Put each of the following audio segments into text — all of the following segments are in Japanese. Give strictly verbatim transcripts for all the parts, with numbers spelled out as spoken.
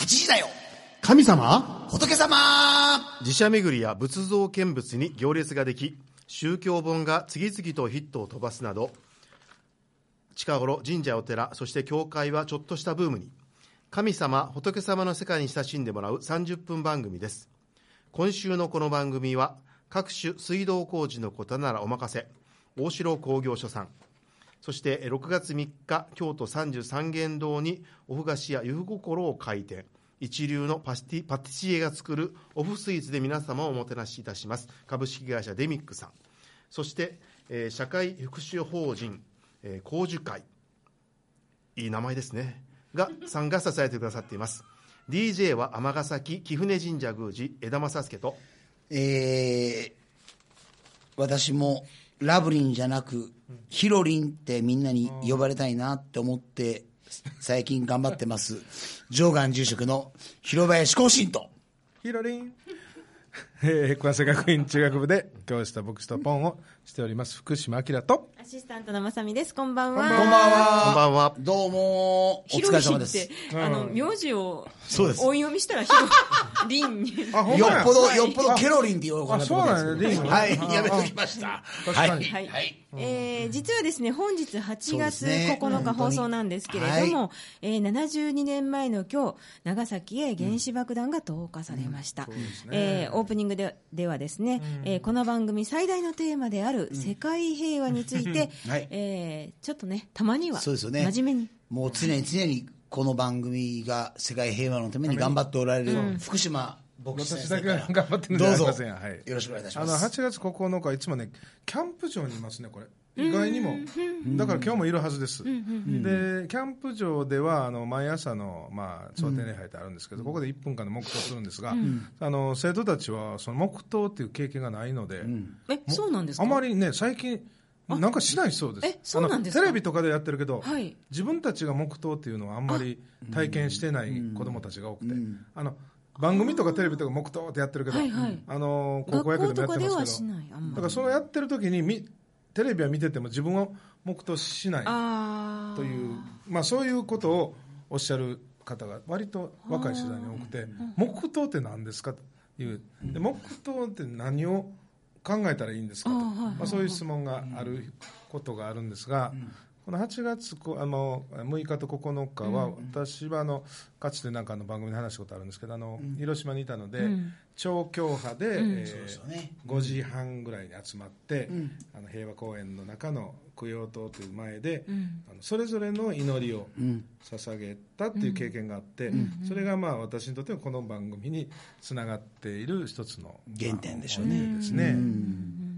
はちじだよ。 神様、 仏様。 寺社巡りや仏像見物に行列ができ、宗教本が次々とヒットを飛ばすなど、近頃神社お寺、そして教会はちょっとしたブームに。神様仏様の世界に親しんでもらうさんじゅっぷん番組です。今週のこの番組は、各種水道工事のことならお任せ、大城工業所さん、そしてろくがつみっか、京都三十三間堂におふ菓子屋ゆふ心を開店。一流のパティ、パティシエが作るオフスイーツで皆様をおもてなしいたします株式会社デミックさん、そして、えー、社会福祉法人、えー、光樹会、いい名前ですねがさんが支えてくださっています。 ディージェー は尼崎貴船神社宮司枝正輔と、 えー、私もラブリンじゃなくヒロリンってみんなに呼ばれたいなって思って最近頑張ってます上岸住職の広林光信とヒロリン、えー、小朝学院中学部で教師と牧師とポンをしております福島明とアシスタントのまさみです。こんばんは。 こんばんは。 こんばんは。 どうもお疲れ様です。 あの名字をそうです音読みしたらヒロリンにあよっぽどよっぽどケロリンって言おうかなと思ったんですけど、 あはいやめときました。はいはい、はい、えー、実はですね本日はちがつここのか放送なんですけれども、はい、えー、ななじゅうにねんまえの今日長崎へ原子爆弾が投下されました、うんうん、えー、オープニングで、ではですね、うん、えー、この番組最大のテーマである世界平和について、うん、はい、えー、ちょっとねたまには真面目に、 もう常に常にこの番組が世界平和のために頑張っておられる、うん、福島牧師先生から私だけ頑張ってるんじゃありません、 どうぞ、はい、よろしくお願いいたします。 あのはちがつここのかいつもねキャンプ場にいますね。これ意外にもだから今日もいるはずです。でキャンプ場ではあの毎朝の、まあ、蒼天礼拝ってあるんですけど、ここでいっぷんかんで黙祷するんですが、あの生徒たちはその黙祷っていう経験がないので、 えそうなんですか。 あまりね最近なんかしないそうです。 えそうなんですか。 テレビとかでやってるけど、 はい、 自分たちが黙祷っていうのはあんまり体験してない子どもたちが多くて、あの番組とかテレビとか黙祷ってやってるけど、はいはい、あの高校野球でもやってますけど、だからそのやってる時にみテレビは見てても自分は黙祷しないという、まあ、そういうことをおっしゃる方が割と若い世代に多くて、黙祷って何ですかという、で黙祷って何を考えたらいいんですかと、まあ、そういう質問があることがあるんですが、このはちがつあのむいかとここのかは、私はあのかつてなんかの番組で話したことあるんですけど、あの広島にいたので、超教派で、うん、えー、ごじはんぐらいに集まって、うん、あの平和公園の中の供養塔という前で、うん、あのそれぞれの祈りを捧げたっていう経験があって、うん、それがまあ私にとってはこの番組につながっている一つの原点でしょうね。 まあ、ですね。うん、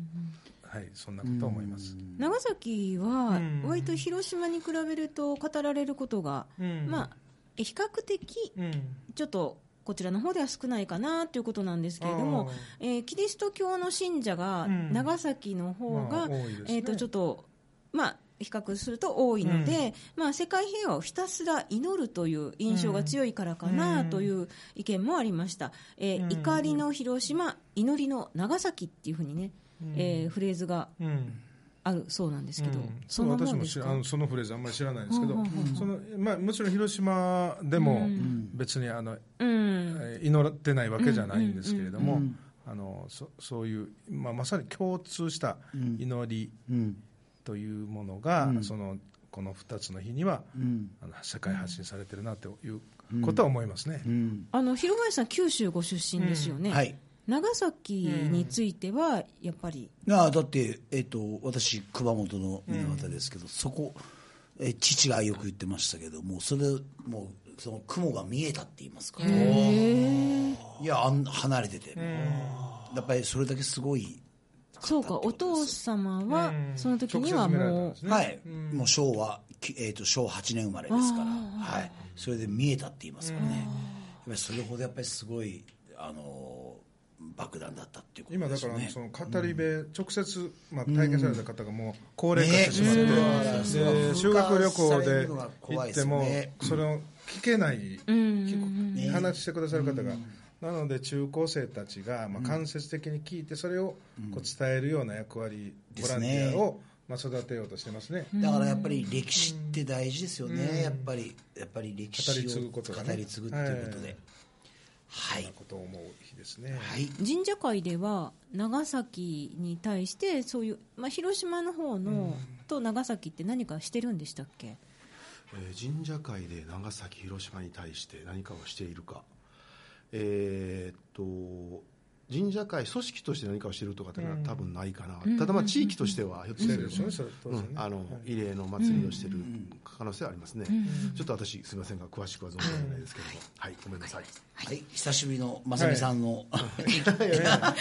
はい、そんなことを思います。 長崎は割と広島に比べると語られることが、うん、まあ比較的ちょっとこちらの方では少ないかなということなんですけれども、えー、キリスト教の信者が長崎の方が、うん、まあね、えー、とちょっと、まあ、比較すると多いので、うん、まあ、世界平和をひたすら祈るという印象が強いからかなという意見もありました、えーうん、怒りの広島、祈りの長崎っていうふうにね、うん、えー、フレーズがあるそうなんですけど、うん、 その私も知らあのそのフレーズあんまり知らないんですけど、そのまあ、もちろん広島でも別にあの、うん、祈ってないわけじゃないんですけれども、あの そ, そういう、まあ、まさに共通した祈りというものが、うん、そのこのふたつの日には、うん、あの世界発信されてるなということは思いますね、うんうん、 あの広林さん九州ご出身ですよね、うん、はい、長崎についてはやっぱり、 うん、あだって、えー、と私熊本の水俣ですけど、うん、そこえ父がよく言ってましたけども、それもうその雲が見えたって言いますか、いやあん離れてて、やっぱりそれだけすごい。 そうか、お父様はその時にはもう、 はい、もう昭和、えー、と昭和はちねん生まれですから、はい、それで見えたって言いますからね、やっぱりそれほどやっぱりすごいあの爆弾だったっていうことですよね。 今だからその語り部、うん、直接、まあ、体験された方がもう高齢化してしまって、ね、で修学旅行で行っても、ね、それを聞けない、うん、話してくださる方が、うん、なので中高生たちが、まあ、間接的に聞いてそれをこう伝えるような役割、うん、ボランティアをまあ、育てようとしてますね。 だからやっぱり歴史って大事ですよね、うん、やっぱりやっぱり歴史を語り継ぐことがね、 語り継ぐっていうことで、はい、 そんなことを思う日ですね。 はい、 神社会では長崎に対してそういう、まあ、広島の方の、うん、と長崎って何かしてるんでしたっけ？ えー、神社会で長崎広島に対して何かをしているか、えー、っと神社会組織として何かをしているとかっていうのは多分ないかな、うん、ただまあ地域としてはひょっとすると慰霊の祭りをしている可能性はありますね、うん、ちょっと私すみませんが詳しくは存じ上げないですけども、うん、はい、ごめんなさい、 はい、久しぶりのまさみさんの、 はい、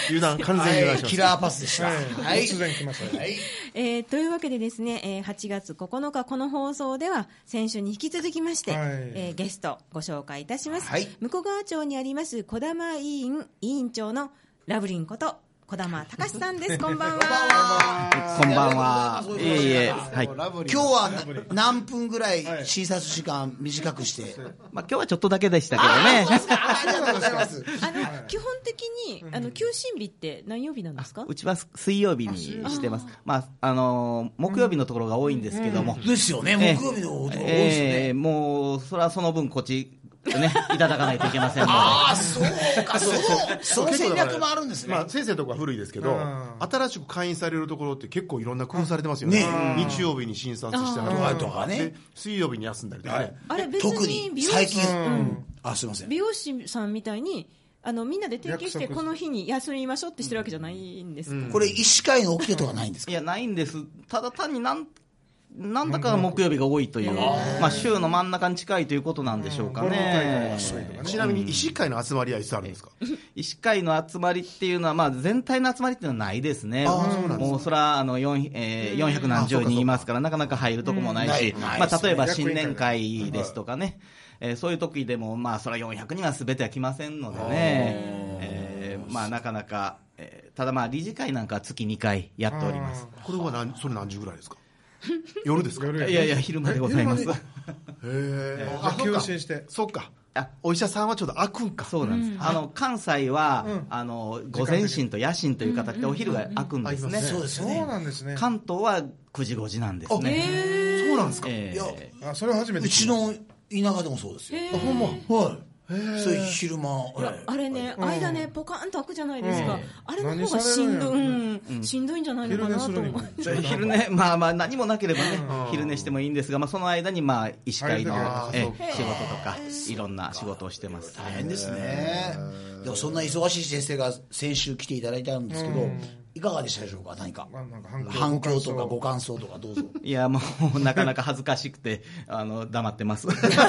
油断完全に油断しました、 キラーパスでした、はい、 はい、突然来ました、はい、 えー、というわけでですね、えー、はちがつここのかこの放送では先週に引き続きまして、はい、えー、ゲストご紹介いたします、はい、向川町にあります児玉委員委員長のラブリンこと児玉隆さんです。こんばんは。 こんばんは。いえいえ、はい。 今日は何分ぐらい診察時間短くして、 まあ今日はちょっとだけでしたけどね。 ありがとうございます。 あの基本的にあの休診日って何曜日なんですか？ うちは水曜日にしてます。まああの木曜日のところが多いんですけども。 ですよね。木曜日のところ多いですね。 もうそれはその分こっち。ね、いただかないといけませんので。 ああ、そうか、そうその戦略もあるんですね。 まあ、先生のところは古いですけど、新しく会員されるところって結構いろんな工夫されてますよね。ね、日曜日に診察してはるとかね、水曜日に休んだりとかね。 あれ別に美容師、 最近、うん、あ、すいません。 美容師さんみたいにあのみんなで提携してこの日に休みましょうってしてるわけじゃないんですか？うん、 これ医師会の起きてとかないんですか？ いや、ないんです。ただ単になんなんだか木曜日が多いという、まあ、週の真ん中に近いということなんでしょうかね。 ちなみに医師会の集まりはいつあるんですか？ 医師会の集まりっていうのは、まあ、全体の集まりっていうのはないですね。もうそれはあのよん、えー、よんひゃくなんじゅうにんいますからなかなか入るとこもないし、まあ、例えば新年会ですとかね、えー、そういう時でも、まあ、それはよんひゃくにんは全ては来ませんのでね、えーまあ、なかなか、えー、ただまあ理事会なんかは月にかいやっております。 これは何それ何時ぐらいですか？夜ですか？ いやいや、昼間でございます。へえ。 あ、休診して。 そうか。お医者さんはちょっと開くんか。 そうなんです。うん、あの関西は、うん、あの午前診と夜診という形でお昼が開くんですね。 そうですね。 そうなんですね。 関東はくじごじなんですね。 へー、そうなんですか。 えー、 いや、あ、それは初めて。 うちの田舎でもそうですよ。 あ、ほんま。 はい。そういう昼間、 あれね、間ねポカンと開くじゃないですか、あれの方がしんどい、しんどいんじゃないのかなと思う。 昼寝、まあまあ何もなければね、昼寝してもいいんですが、まあその間にまあ医師会の仕事とかいろんな仕事をしてます。 大変ですね。でもそんな忙しい先生が先週来ていただいたんですけど、いかがでしたでしょうか？何か反響とかご感想とかどうぞ。 いや、もうなかなか恥ずかしくてあの黙ってます。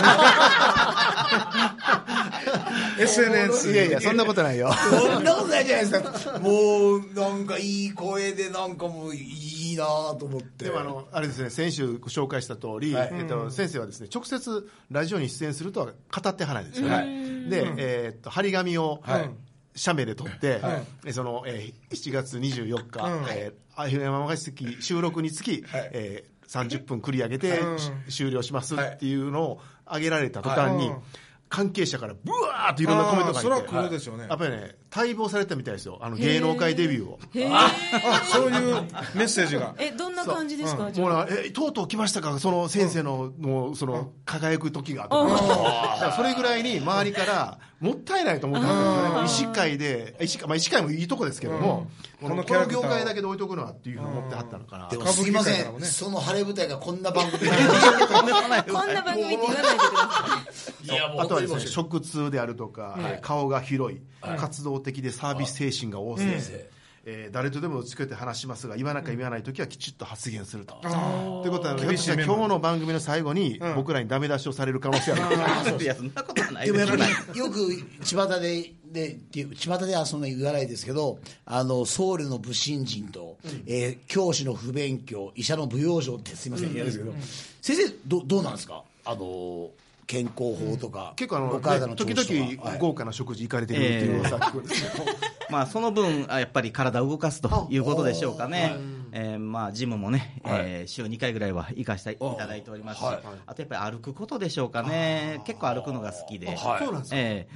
エスエヌエス いやいや、そんなことないよ。 そんなことないじゃないですか。もうなんかいい声でなんかもういいなと思って。 でもあのあれですね、先週ご紹介した通り、はい、えっと、先生はですね、直接ラジオに出演するとは語ってはないですよね。はい、で、えー、っと張り紙を、はい、写メで撮って、はい、その、えー、しちがつにじゅうよっか、うん、えー、アイエフエム 山崎収録につき、はい、えー、さんじゅっぷん繰り上げて、うん、終了しますっていうのを上げられた途端に、はい、関係者からブワーっといろんなコメントが入って、 それは来るでしょうね。 やっぱりね、待望されたみたいですよ、あの芸能界デビューを。 ああ、そういうメッセージが。 え、どんな感じですか？ うん、もうえとうとう来ましたか、その先生の、うん、もうその輝く時がとか、それぐらいに周りからもったいないと思ったんですよね。医師会で、医師会、まあ、医師会もいいとこですけども、うん、この業界だけで置いとくのはっていうふうに思ってはったのかな。 でもすいません、ね、その晴れ舞台がこんな番組でこんな番組って言わないでください。 いや、もうあとはですね、食通であるとか、はい、顔が広い、はい、活動的でサービス精神が旺盛、うん、えー、誰とでもつけて話しますが、言わなきゃ言わないときはきちっと発言すると。ということなので、今日の番組の最後に僕らにダメ出しをされる可能性ある。 いや、そんなことはないでもやっぱりよく巷でで巷ではそんなに言わないですけど、あの僧侶の不信心と、うん、えー、教師の不勉強、医者の不養生ってすみません嫌ですけど、うんうん、先生 ど, どうなんですか？あの健康法とか、 うん、結構あの、ね、時々豪華な食事行かれてるっていう噂聞くんですけど、えー、 まあその分やっぱり体を動かすということでしょうかね。えー、まあジムもね、はい、えー、週にかいぐらいは行かせていただいておりますし、はい、あとやっぱり歩くことでしょうかね。結構歩くのが好きで、はい、 そうなんですか。 えー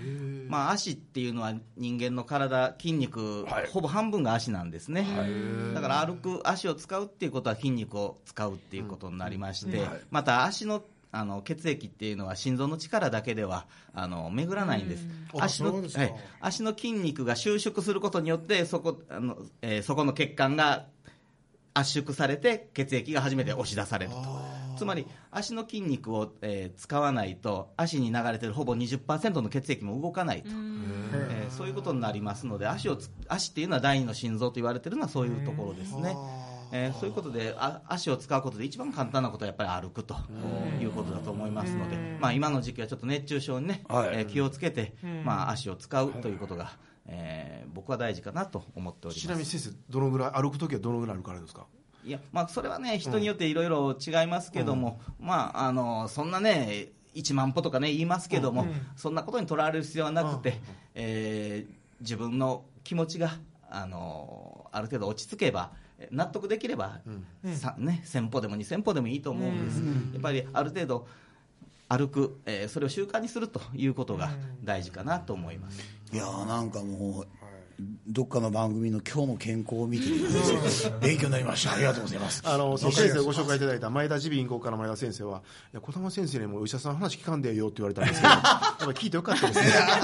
まあ、足っていうのは人間の体、筋肉、はい、ほぼ半分が足なんですね。だから歩く足を使うっていうことは筋肉を使うっていうことになりまして、うんはい、また足のあの血液っていうのは心臓の力だけではあの巡らないんです。足の、はい、足の筋肉が収縮することによってそこ、あの、えー、そこの血管が圧縮されて血液が初めて押し出されると。つまり足の筋肉を、えー、使わないと足に流れてるほぼ にじゅっパーセント の血液も動かないと、えー、そういうことになりますので、足をつ足っていうのは第二の心臓と言われているのはそういうところですね。えー、そういうことであ足を使うことで一番簡単なことはやっぱり歩くということだと思いますので、まあ、今の時期はちょっと熱中症に、ねはいえー、気をつけて、まあ、足を使うということが、えー、僕は大事かなと思っております。 ちなみに先生、どのぐらい歩くときはどのぐらい歩かれるんですか？ いや、まあ、それはね人によっていろいろ違いますけども、うんまあ、あのそんなねいちまん歩とかね言いますけども、うん、そんなことにとらわれる必要はなくて、うんえー、自分の気持ちがあのある程度落ち着けば納得できれば、うんさね、せん歩でもにせん歩でもいいと思うんです、うん、やっぱりある程度歩く、えー、それを習慣にするということが大事かなと思います。 いやーなんかもうどっかの番組の今日の健康を見て勉強になりました。ありがとうございます。 あの先生ご紹介いただいた前田耳鼻咽喉科の前田先生は、いや児玉先生にもお医者さんの話聞かんでよって言われたんですけどやっぱり聞いてよかったですね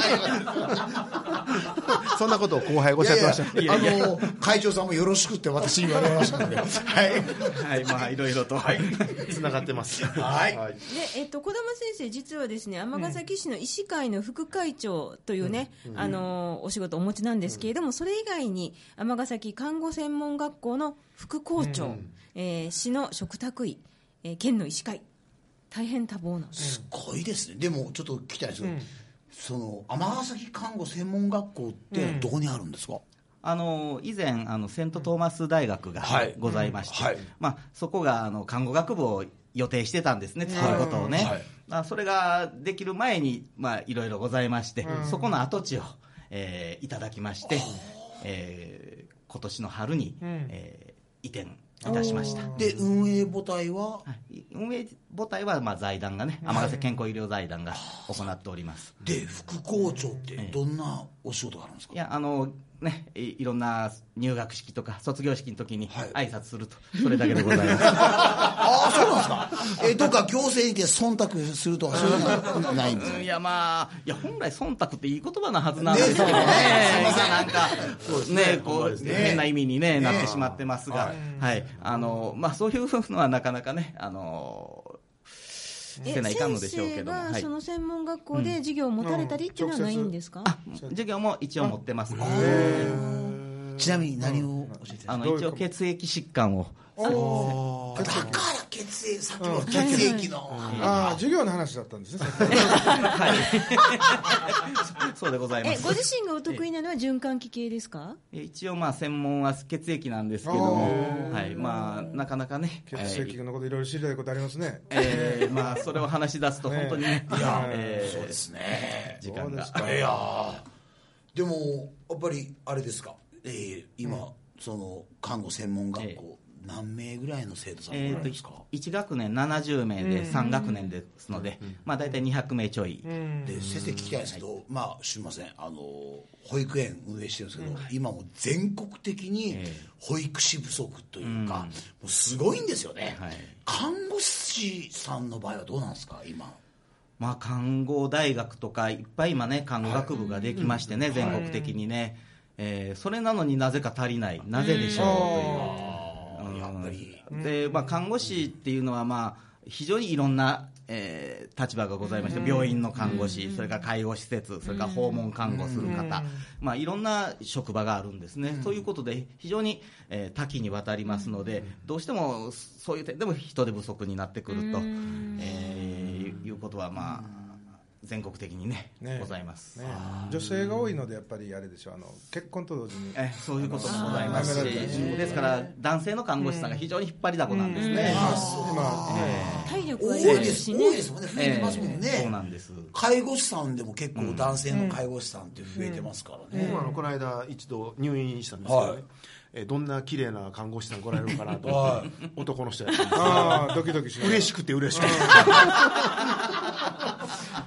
そんなことを後輩おっしゃってました。 いやいやいやあの会長さんもよろしくって私に言われましたのではい、 はい、まあいろいろとつながってますはい、 はい、 でえっと、児玉先生実はですね尼崎市の医師会の副会長というね、うん、あのお仕事をお持ちなんですけれども、それ以外に尼崎看護専門学校の副校長、うんえー、市の嘱託医、えー、県の医師会、大変多忙なんです。 すごいですね。でもちょっと聞きたいですけど、うん、その尼崎看護専門学校ってどこにあるんですか？うん、 あの以前あのセントトーマス大学がございまして、はいうんはいまあ、そこがあの看護学部を予定してたんですね、作ることをね、はいはいまあ、それができる前に、まあ、いろいろございまして、うん、そこの跡地を、えー、いただきまして、えー、今年の春に、うんえー、移転いたしました。 で運営母体は、 はい、運営母体はまあ財団がね、尼崎健康医療財団が行っております。 で副校長ってどんなお仕事があるんですか？ いやあのね、い, いろんな入学式とか卒業式の時に挨拶すると、はい、それだけでございますああそうなんですか。えどっか行政にて忖度するとかそういうのはないんですか？ いやまあいや本来忖度っていい言葉なはずなんですけどね、なんかねこう変な意味に、ね、なってしまってますが、はい、あのまあそういうのはなかなかねあのせないかんのでしょうけども、 先生がその専門学校で授業を持たれたりっていうのはないんですか？ あ授業も一応持ってます。 ちなみに何を教えてあの一応血液疾患をだから血液さっきの血液の、うん、 ああ授業の話だったんですねはいそうでございます。 えご自身がお得意なのは循環器系ですか？ 一応まあ専門は血液なんですけども、はいまあなかなかね血液のこといろいろ知りたいことありますね。 えー、まあそれを話し出すと本当にね、 いや、えー、そうですね時間がいやでもやっぱりあれですか、えー、今、うん、その看護専門学校、えー何名ぐらいの生徒さんがおられるんですか？ いち学年ななじゅうめいでさん学年ですので、うんまあ、大体にひゃくめいちょい、 うん、で先生聞きたいんですけど、はい、まあすみませんあの保育園運営してるんですけど、うん、今も全国的に保育士不足というか、うん、もうすごいんですよね、はい、看護師さんの場合はどうなんですか今？ まあ、看護大学とかいっぱい今ね看護学部ができましてね、はい、全国的にね、はいえー、それなのになぜか足りない、なぜでしょうというで、まあ、看護師っていうのは、まあ、非常にいろんな、えー、立場がございまして、病院の看護師、それから介護施設、それから訪問看護する方、まあ、いろんな職場があるんですね。ということで非常に、えー、多岐にわたりますので、どうしてもそういう点でも人手不足になってくると、えー、いうことはまあ全国的に ね, ねございます、ね、 女性が多いのでやっぱりあれでしょあの結婚と同時にえそういうこともございますし、ですから男性の看護師さんが非常に引っ張りだこなんですね。 体力は多いですしね。 多いですもんね、増えてますもんね、 えー、そうなんです。 介護士さんでも結構男性の介護士さんって増えてますからね、 うんうん、あのこの間一度入院したんですけどね、はいえどんな綺麗な看護師さん来られるかなと思って男の人やったんですあドキドキし嬉しくて嬉しくて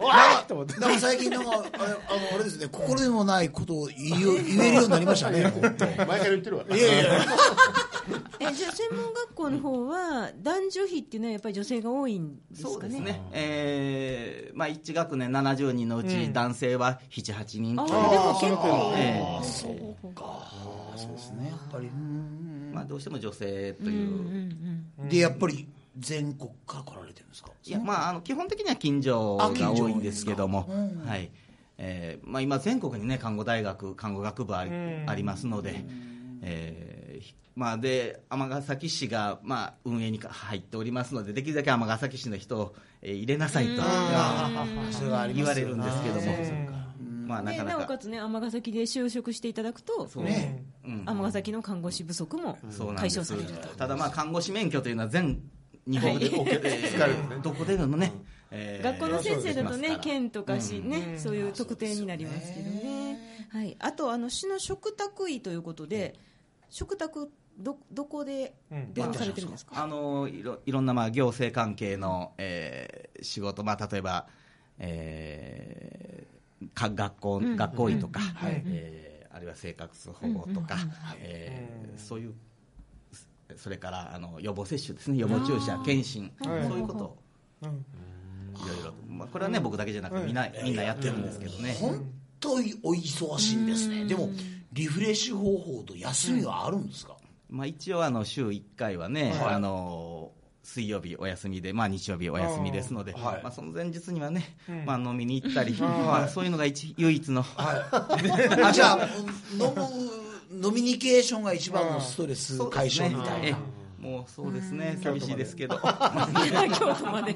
と思って。 なんか最近なんかあれ、あのあれですね、心でもないことを言う言えるようになりましたね。 前から言ってるわ。 いやいや。 えじゃあ専門学校の方は男女比っていうのはやっぱり女性が多いんですかね。 そうですね、えーまあ、いち学年ななじゅうにんのうち男性はなな、はちにん、 あでも結構、 えー、そうか、そうですね、やっぱり、 まあ、どうしても女性という、うんうん、でやっぱり全国から来られてるんですか。 いや、まあ、あの基本的には近所が多いんですけども、はい、えーまあ、今全国にね看護大学看護学部あり、ありますので、えーまあ、で尼崎市が、まあ、運営に入っておりますので、できるだけ尼崎市の人を、えー、入れなさいと言われるんですけども、まあ、なかなかなおかつね尼崎で就職していただくと尼、ねうん、崎の看護師不足も解消されると。 ただまあ看護師免許というのは全日本で、はい、どこでのね、 えー、学校の先生だとね県とか市ね、うん、そういう特定になりますけどね、はい、あとあの市の嘱託医ということで、嘱託ど, どこで勉強されてるんですか。 あの い, ろいろんなまあ行政関係の、えー、仕事、まあ、例えば、えー、か学校、うん、学校医とか、うんはいえー、あるいは生活保護とか、うんえー、そういうそれからあの予防接種ですね、予防注射、検診、そういうことを、うん、いろいろ、まあ、これはね僕だけじゃなくてみんな、みんなやってるんですけどね。 本当にお忙しいんですね。でもリフレッシュ方法と休みはあるんですか。 まあ、一応あの週いっかいはね、はい、あの水曜日お休みで、まあ、日曜日お休みですので、はいまあ、その前日にはね、うんまあ、飲みに行ったり、まあ、そういうのが一唯一の、 はい、あじゃあ飲むノミニケーションが一番のストレス解消みたいな。 もうそうですね、寂しいですけど京都まで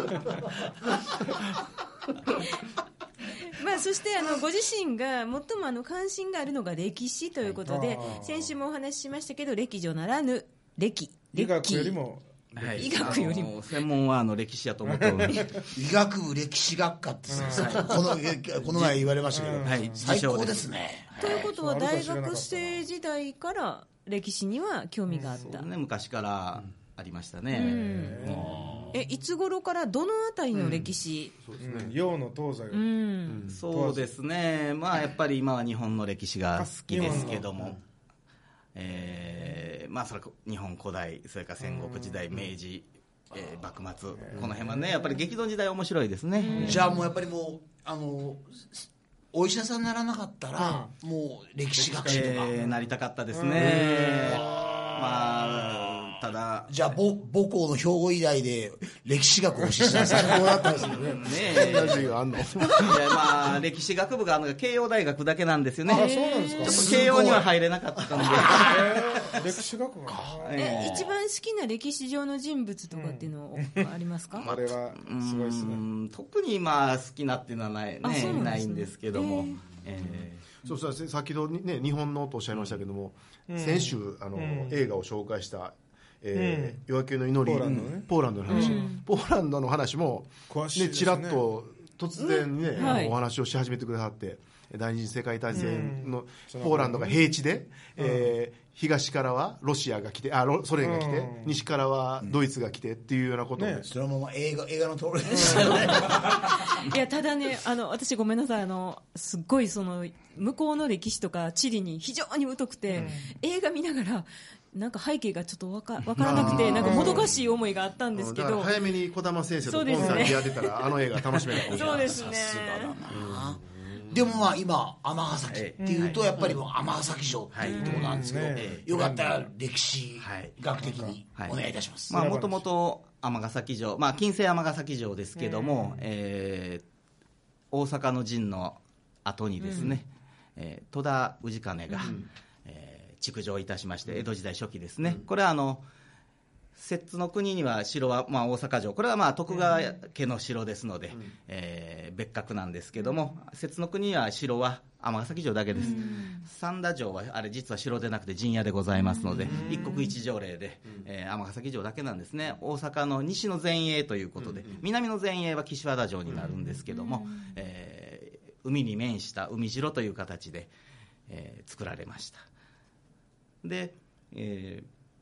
まあ、そしてあのご自身が最もあの関心があるのが歴史ということで、先週もお話ししましたけど歴女ならぬ歴医学よりも、 はい、医学よりも専門はあの歴史やと思っており医学部歴史学科ってこのこの前言われましたけど、はい、最高ですね。 ということは大学生時代から歴史には興味があった、 うんね、昔からありましたね、 うん、えいつ頃からどのあたりの歴史、 うんそうですね、洋の東西を、うんうん、そうですね、まあ、やっぱり今は日本の歴史が好きですけども、えーまあ、それ日本古代、それから戦国時代、明治、えー、幕末、この辺はねやっぱり激動時代面白いですね。 じゃあもうやっぱりもうあのお医者さんにならなかったら、うん、もう歴史学者とか、 えー、なりたかったですね。まあただじゃあ母母校の兵庫医大で歴史学を教えてたんですか。こうなったんですよね。ねえあんのいやまあ歴史学部があるのが慶応大学だけなんですよね。 あそうなんですか。 ちょっと慶応には入れなかったんで歴史学部か、 えー、一番好きな歴史上の人物とかっていうのありますか。 あれはすごいですね。 特にまあ好きなっていうのはない、ねね、ないんですけども、えー、そうそう先ほど、ね、日本のとおっしゃいましたけども、うん、先週あの、うん、映画を紹介したえー、夜明けの祈りポーランド、ね、ポーランドの話、うん、ポーランドの話も、ね、ちらっと突然ね、うんはい、お話をし始めてくださって、第二次世界大戦のポーランドが平地で、うんえー、東からはロシアが来てあソ連が来て、うん、西からはドイツが来てっていうようなことを、ね、 そのまま映画、映画の通りですよねいやただねあの私ごめんなさいあのすっごいその向こうの歴史とか地理に非常に疎くて、うん、映画見ながらなんか背景がちょっとわか、わからなくてなんかもどかしい思いがあったんですけど、だから早めに児玉先生とコンサートやってたら、ね、あの映画楽しめるかもしれない。 そうですね。 さすがだな、うん、でもまあ今尼崎っていうとやっぱりもう尼崎城っていうところなんですけど、はいはい、よかったら歴史学的にお願いいたします。 もともと尼崎城、まあ近世尼崎城ですけども、えー、大阪の陣の後にですね、うんえー、戸田氏真が、うんえー築城いたしまして江戸時代初期ですね、うん、これはあの摂津の国には城は、まあ、大阪城これはまあ徳川家の城ですので、うんえー、別格なんですけども摂津の国には城は尼崎城だけです、うん、三田城はあれ実は城でなくて陣屋でございますので、うん、一国一条例で尼、えー、崎城だけなんですね。大阪の西の前衛ということで、うん、南の前衛は岸和田城になるんですけども、うんえー、海に面した海城という形で、えー、作られました。で、えー、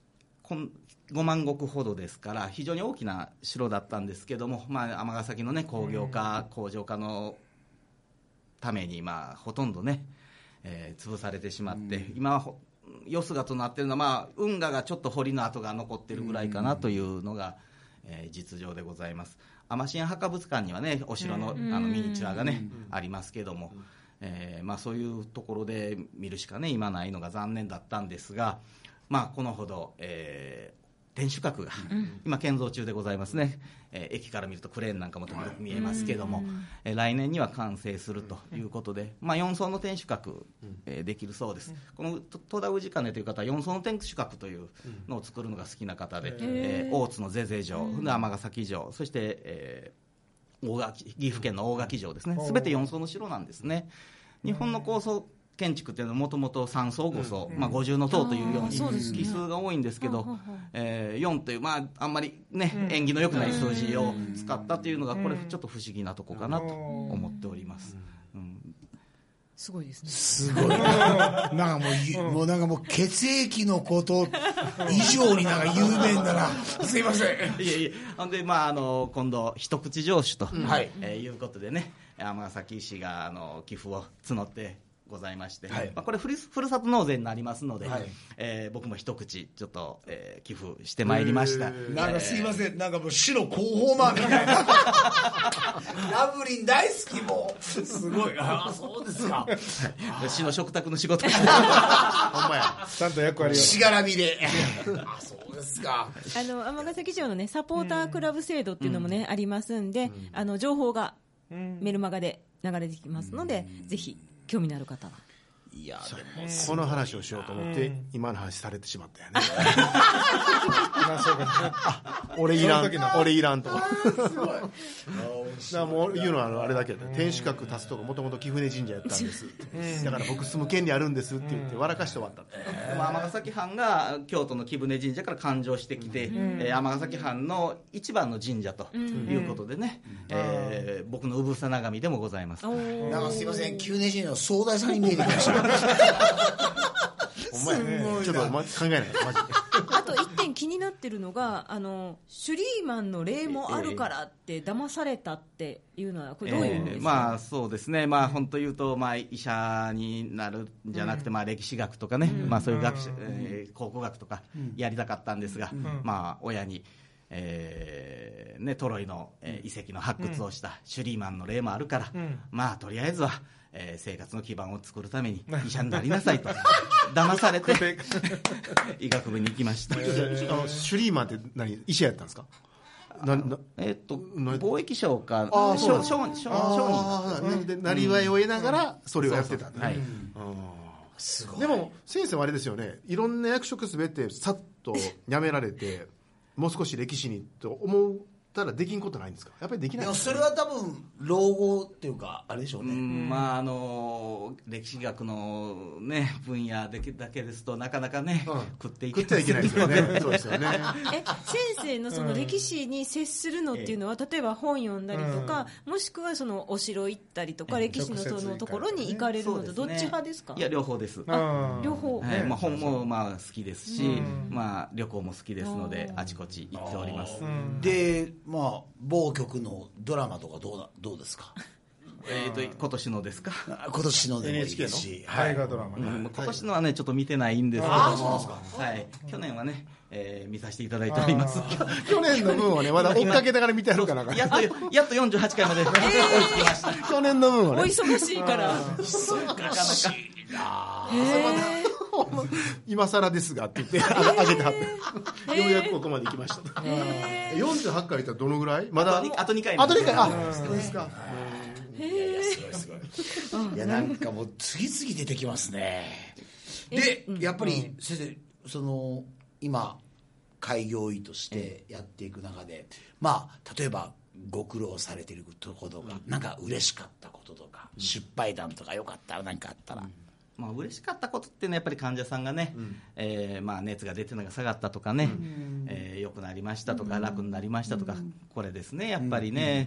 ごまんごくほどですから非常に大きな城だったんですけども、まあ、尼崎の、ね、工業化、工場化のために、まあ、ほとんどね、えー、潰されてしまって、今はよすがとなっているのは、まあ、運河がちょっと堀の跡が残っているぐらいかなというのが、えー、実情でございます。尼神博物館にはね、お城の、あのミニチュアがね、ありますけども、えーまあ、そういうところで見るしかね今ないのが残念だったんですが、まあ、このほど、えー天守閣が今建造中でございますね、えー、駅から見るとクレーンなんかも見えますけども、えー、来年には完成するということで、まあ、よん層の天守閣、えー、できるそうです。この戸田氏兼という方はよん層の天守閣というのを作るのが好きな方で、えー、大津のゼゼ城、尼崎城、そして、えー、大垣岐阜県の大垣城ですね、すべてよん層の城なんですね。日本の高層建築っていうのはもともとさん層ご層、まあ、五重の塔というように奇数が多いんですけど、えー、よんという、まあ、あんまり、ね、縁起の良くない数字を使ったというのがこれちょっと不思議なとこかなと思っております、うん、 すごいですね。 すごいなんかもう、もうなんかもう血液のこと以上になんか有名だなすいません。 いやいや、ほんで、まあ、あの今度一口城主と、 うんはいえー、いうことでね、尼崎市があの寄付を募ってございまして、 はい、 まあ、これふる、ふるさと納税になりますので、 はい、 えー、僕も一口ちょっと、えー、寄付してまいりました。 なんかすいません、えー、なんかもう市の広報マンみたいなラブリン大好き、もうすごい。ああそうですか、 はい、市の食卓の仕事ほんまやちゃんと役割をしがらみであそうですか。 あの尼崎城のねサポータークラブ制度っていうのもね、うん、ありますんで、うん、あの情報がメルマガで流れてきますので、うん、ぜひ興味のある方は。 いやでもこの話をしようと思って、うん、今の話されてしまったよね俺いらん俺いらんとかすごいだからもう言うのはあれだけど、ね、天守閣建つとこもともと貴船神社やったんです、うん、だから僕住む権利あるんですって言って笑かして終わった、 えー、尼崎藩が京都の貴船神社から勘定してきて、うんえー、尼崎藩の一番の神社ということでね、うんえー、僕の産さ長見でもございます。 なんかすいません、貴船神社の総大さんに見えてきましたお前ちょっと考えないマジであと一点気になってるのが、あのシュリーマンの例もあるからって騙されたっていうのはこれどういう意味ですか。 えー、まあそうですね、まあ本当言うと、まあ、医者になるんじゃなくて、うんまあ、歴史学とかね、うんまあ、そういう学者、えー、考古学とかやりたかったんですが、うんまあ親にえーね、トロイの、えー、遺跡の発掘をしたシュリーマンの例もあるから、うん、まあとりあえずは、えー、生活の基盤を作るために医者になりなさいと騙されて医学部に行きました。 あのシュリーマンって何医者やったんですか。 ななえー、っと貿易商か商人でなりわいを得ながらそれをやってたんだ、ね、 はい、 すごい。 でも先生はあれですよね、いろんな役職すべてさっと辞められてもう少し歴史にと思ったらできんことないんですか。やっぱりできない。 いやそれは多分老後っていうかあれでしょうね。 うんまああの歴史学のね分野でだけですとなかなかね、うん、食っていけないですよね。そうですよね。 え先生のその歴史に接するのっていうのは、うん、例えば本読んだりとか、うん、もしくはそのお城行ったりとか、うん、歴史のそのところに行かれるのとどっち派ですか。 いや両方です。 あ両方。 はいまあ、本もまあ好きですし、うんまあ、旅行も好きですのであちこち行っております。 でまあ某局のドラマとかどうだどうですか。 えーと今年のですか。 今年のでもいいですし、 大河ドラマね、 うん、今年のはねちょっと見てないんですけども、あそうですか、はい、去年はね、えー、見させていただいております。 去年の分はねまだ追っかけながら見てあるかなやっとやっとよんじゅうはちかいまで追いつきました。 去年の分はねお忙しいから忙しいな。 今更ですがって言って上げてはってようやくここまで行きました。よんじゅうはちかいってどのぐらいまだあとにかいあとにかいあそうですか。 いやいやすごいすごい。いやなんかもう次々出てきますね。でやっぱり先生その今開業医としてやっていく中で、まあ例えばご苦労されていることがなんか嬉しかったこととか、失敗談とか良かった何かあったら。 まあ嬉しかったことっていうのはやっぱり患者さんがね、うんえーまあ、熱が出てるのが下がったとかね、うんえー、良くなりましたとか、うん、楽になりましたとか、うん、これですねやっぱりね、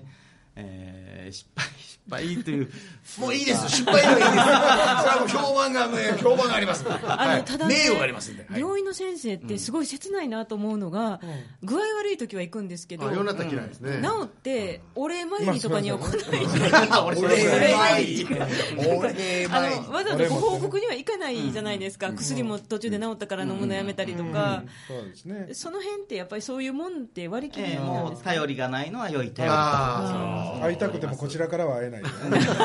えー、失敗失敗というもういいです失敗ではいいですそれはもう評判が、ね、評判がありますので、 あのただね、 名誉がありますんで、はい、 病院の先生ってすごい切ないなと思うのが、うん、具合悪い時は行くんですけど、 あ、世の中嫌いですね、 治ってお礼参りとかには来ない、 お礼参りあのわざわざご報告には行かないじゃないですか、うん、薬も途中で治ったから飲むのやめたりとか、うんうんうん、そうですね、その辺ってやっぱりそういうもんって割り切りなんですか、 えー、もう頼りがないのは良い頼りと会いたくてもこちらからは会えないよね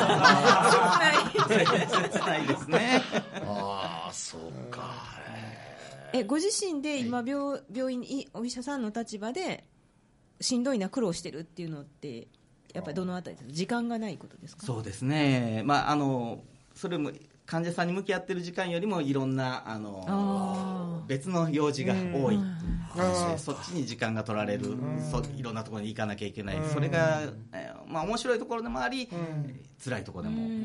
切ないですね。 ああ、そうか。 え、ご自身で今 病, 病院にお医者さんの立場でしんどいな苦労してるっていうのってやっぱりどのあたりですか？時間がないことですか？ そうですね、まあ、あのそれも患者さんに向き合ってる時間よりもいろんなあのあ別の用事が多い、そっちに時間が取られる、そいろんなところに行かなきゃいけない、それが、えーまあ、面白いところでもあり、辛いところでも、うん、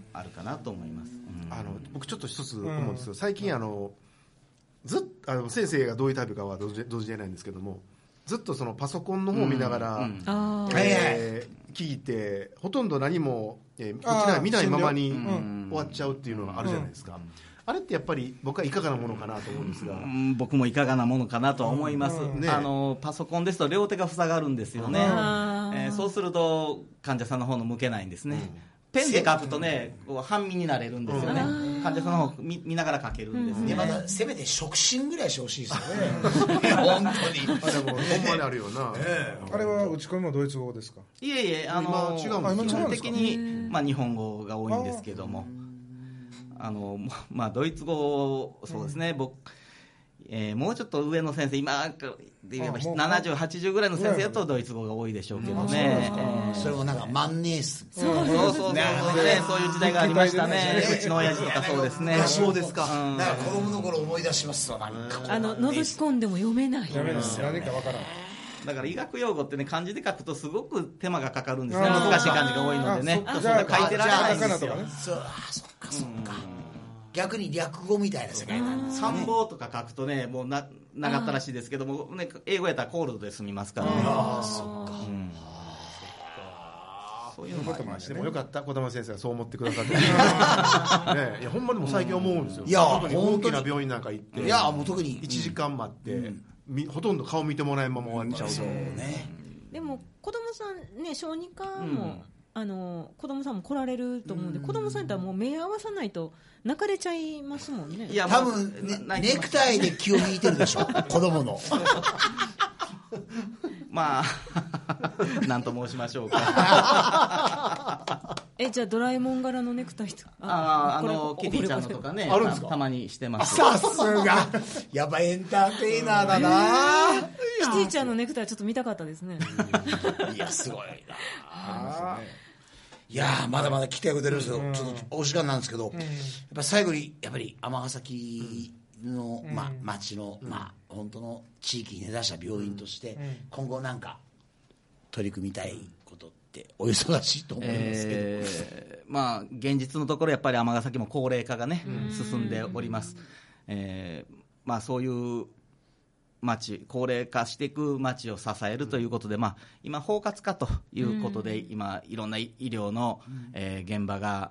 あるかなと思います。うん、 あの僕ちょっと一つ思うんですけど、最近あのずっあの先生がどういうタイプかは同時同時じゃないんですけども、ずっとそのパソコンの方を見ながら、うんうんえー、聞いてほとんど何も、えー、起きない見ないままに終わっちゃうっていうのがあるじゃないですか、うんうん、あれってやっぱり僕はいかがなものかなと思うんですが、うん、 僕もいかがなものかなとは思います、うんね、あのパソコンですと両手が塞がるんですよね、えー、そうすると患者さんの方の向けないんですね、うん、ペンで書くとねこう半身になれるんですよね、患者さんの方 見, 見ながら書けるんですね、 うん、まだせめて触診ぐらいしてほしいですよね本当にあれもほんまにあるよな、 えー、あれは打ち込みもドイツ語ですか？ いえいえ、あの基本的に、まあ、日本語が多いんですけども、あの、まあ、ドイツ語そうですね、うん、僕えー、もうちょっと上の先生今で言えばななじゅう、はちじゅうぐらいの先生だとドイツ語が多いでしょうけどね、うんえー、それもなんか万年筆そうそうそうそう、ね、そういう時代がありましたね、うちの親父とかそうですね、 そうですか、うん、だから子供の頃思い出しますとなんかあの覗き込んでも読めない読めない何かわからん、 だから医学用語ってね漢字で書くとすごく手間がかかるんですね、難しい漢字が多いのでね、 じゃあ書いてられないんですよ、 そうあそっかそっか、うん逆に略語みたいな世界なんですね。 参謀とか書くとねもうな長ったらしいですけども、ね、英語やったらコールドで済みますからね。 ああそっか、うん、 そういうのもありまして、 でもよかった児玉先生がそう思ってくださってね、いやほんまにも最近思うんですよ、 いや特に大きな病院なんか行っていやもう特にいちじかん待って、うん、ほとんど顔見てもらえんまま終わっちゃう、 そうね、 でも子供さんね小児科も、うんあの子供さんも来られると思うんで、うん、子供さんやったらもう目合わさないと泣かれちゃいますもんね。 いや多分、ね、ネクタイで気を引いてるでしょ子供のまあ何と申しましょうかえじゃあドラえもん柄のネクタイとかああのキティちゃんのとかねあるんですか？ たまにしてます。 さすがやっぱエンターテイナーだな、 えー、キティちゃんのネクタイちょっと見たかったですねいやすごいなあいやまだまだ期待が出るんですけど、うん、ちょっとお時間なんですけど、うん、やっぱ最後にやっぱり尼崎の、うんま、町の、うんまあ、本当の地域に根ざした病院として、うん、今後なんか取り組みたいことってお忙しいと思いますけど、 えー、まあ現実のところやっぱり尼崎も高齢化がね進んでおります、えーまあ、そういう町高齢化していく町を支えるということで、まあ、今包括化ということで、うん、今いろんな医療の、うんえー、現場が、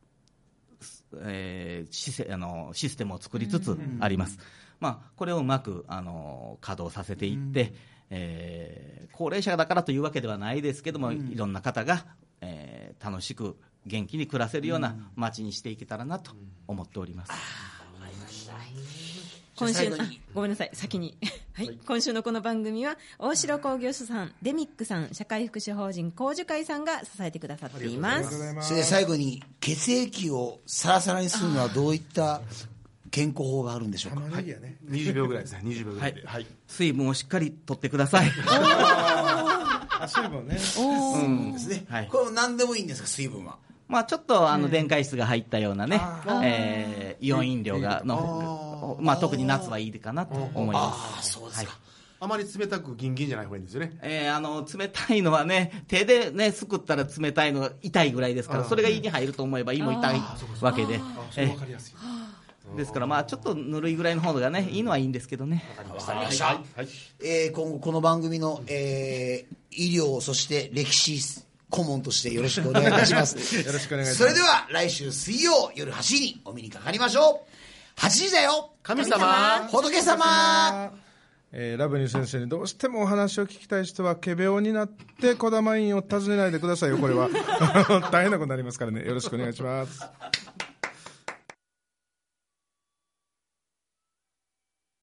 えー、シス、あのシステムを作りつつあります、うんまあ、これをうまくあの稼働させていって、うんえー、高齢者だからというわけではないですけども、うん、いろんな方が、えー、楽しく元気に暮らせるような町にしていけたらなと思っております、 うん、わかりました。 今週ごめんなさい先に、はい、今週のこの番組は大城工業所さんデミックさん社会福祉法人光樹会さんが支えてくださっています。 それで最後に血液をサラサラにするのはどういった健康法があるんでしょうか？ はい、にじゅうびょうぐらいですね。にじゅうびょうぐらいで、はいはい、 水分をしっかりとってください水分ね、 うん、ですね、はい、これ何でもいいんですか？水分はまあ、ちょっとあの電解質が入ったようなね、えー、イオン飲料がの、まあ、特に夏はいいかなと思います。 ああそうですか、はい、 あまり冷たくギンギンじゃない方がいいんですよね、 えー、あの冷たいのはね手でねすくったら冷たいのが痛いぐらいですから、それが胃に入ると思えば胃も痛いわけで、 分かりやすいですからまあちょっとぬるいぐらいの方がねいいのはいいんですけどね。 わかりました、はいはいえー、今後この番組の、えー、医療そして歴史顧問としてよろしくお願いいたしますよろしくお願いします。 それでは来週水曜夜はちじにお目にかかりましょう。はちじだよ神様仏様。 えー、ラブニー先生にどうしてもお話を聞きたい人は仮病になって児玉院を訪ねないでくださいよ。これは大変なことになりますからね。よろしくお願いします。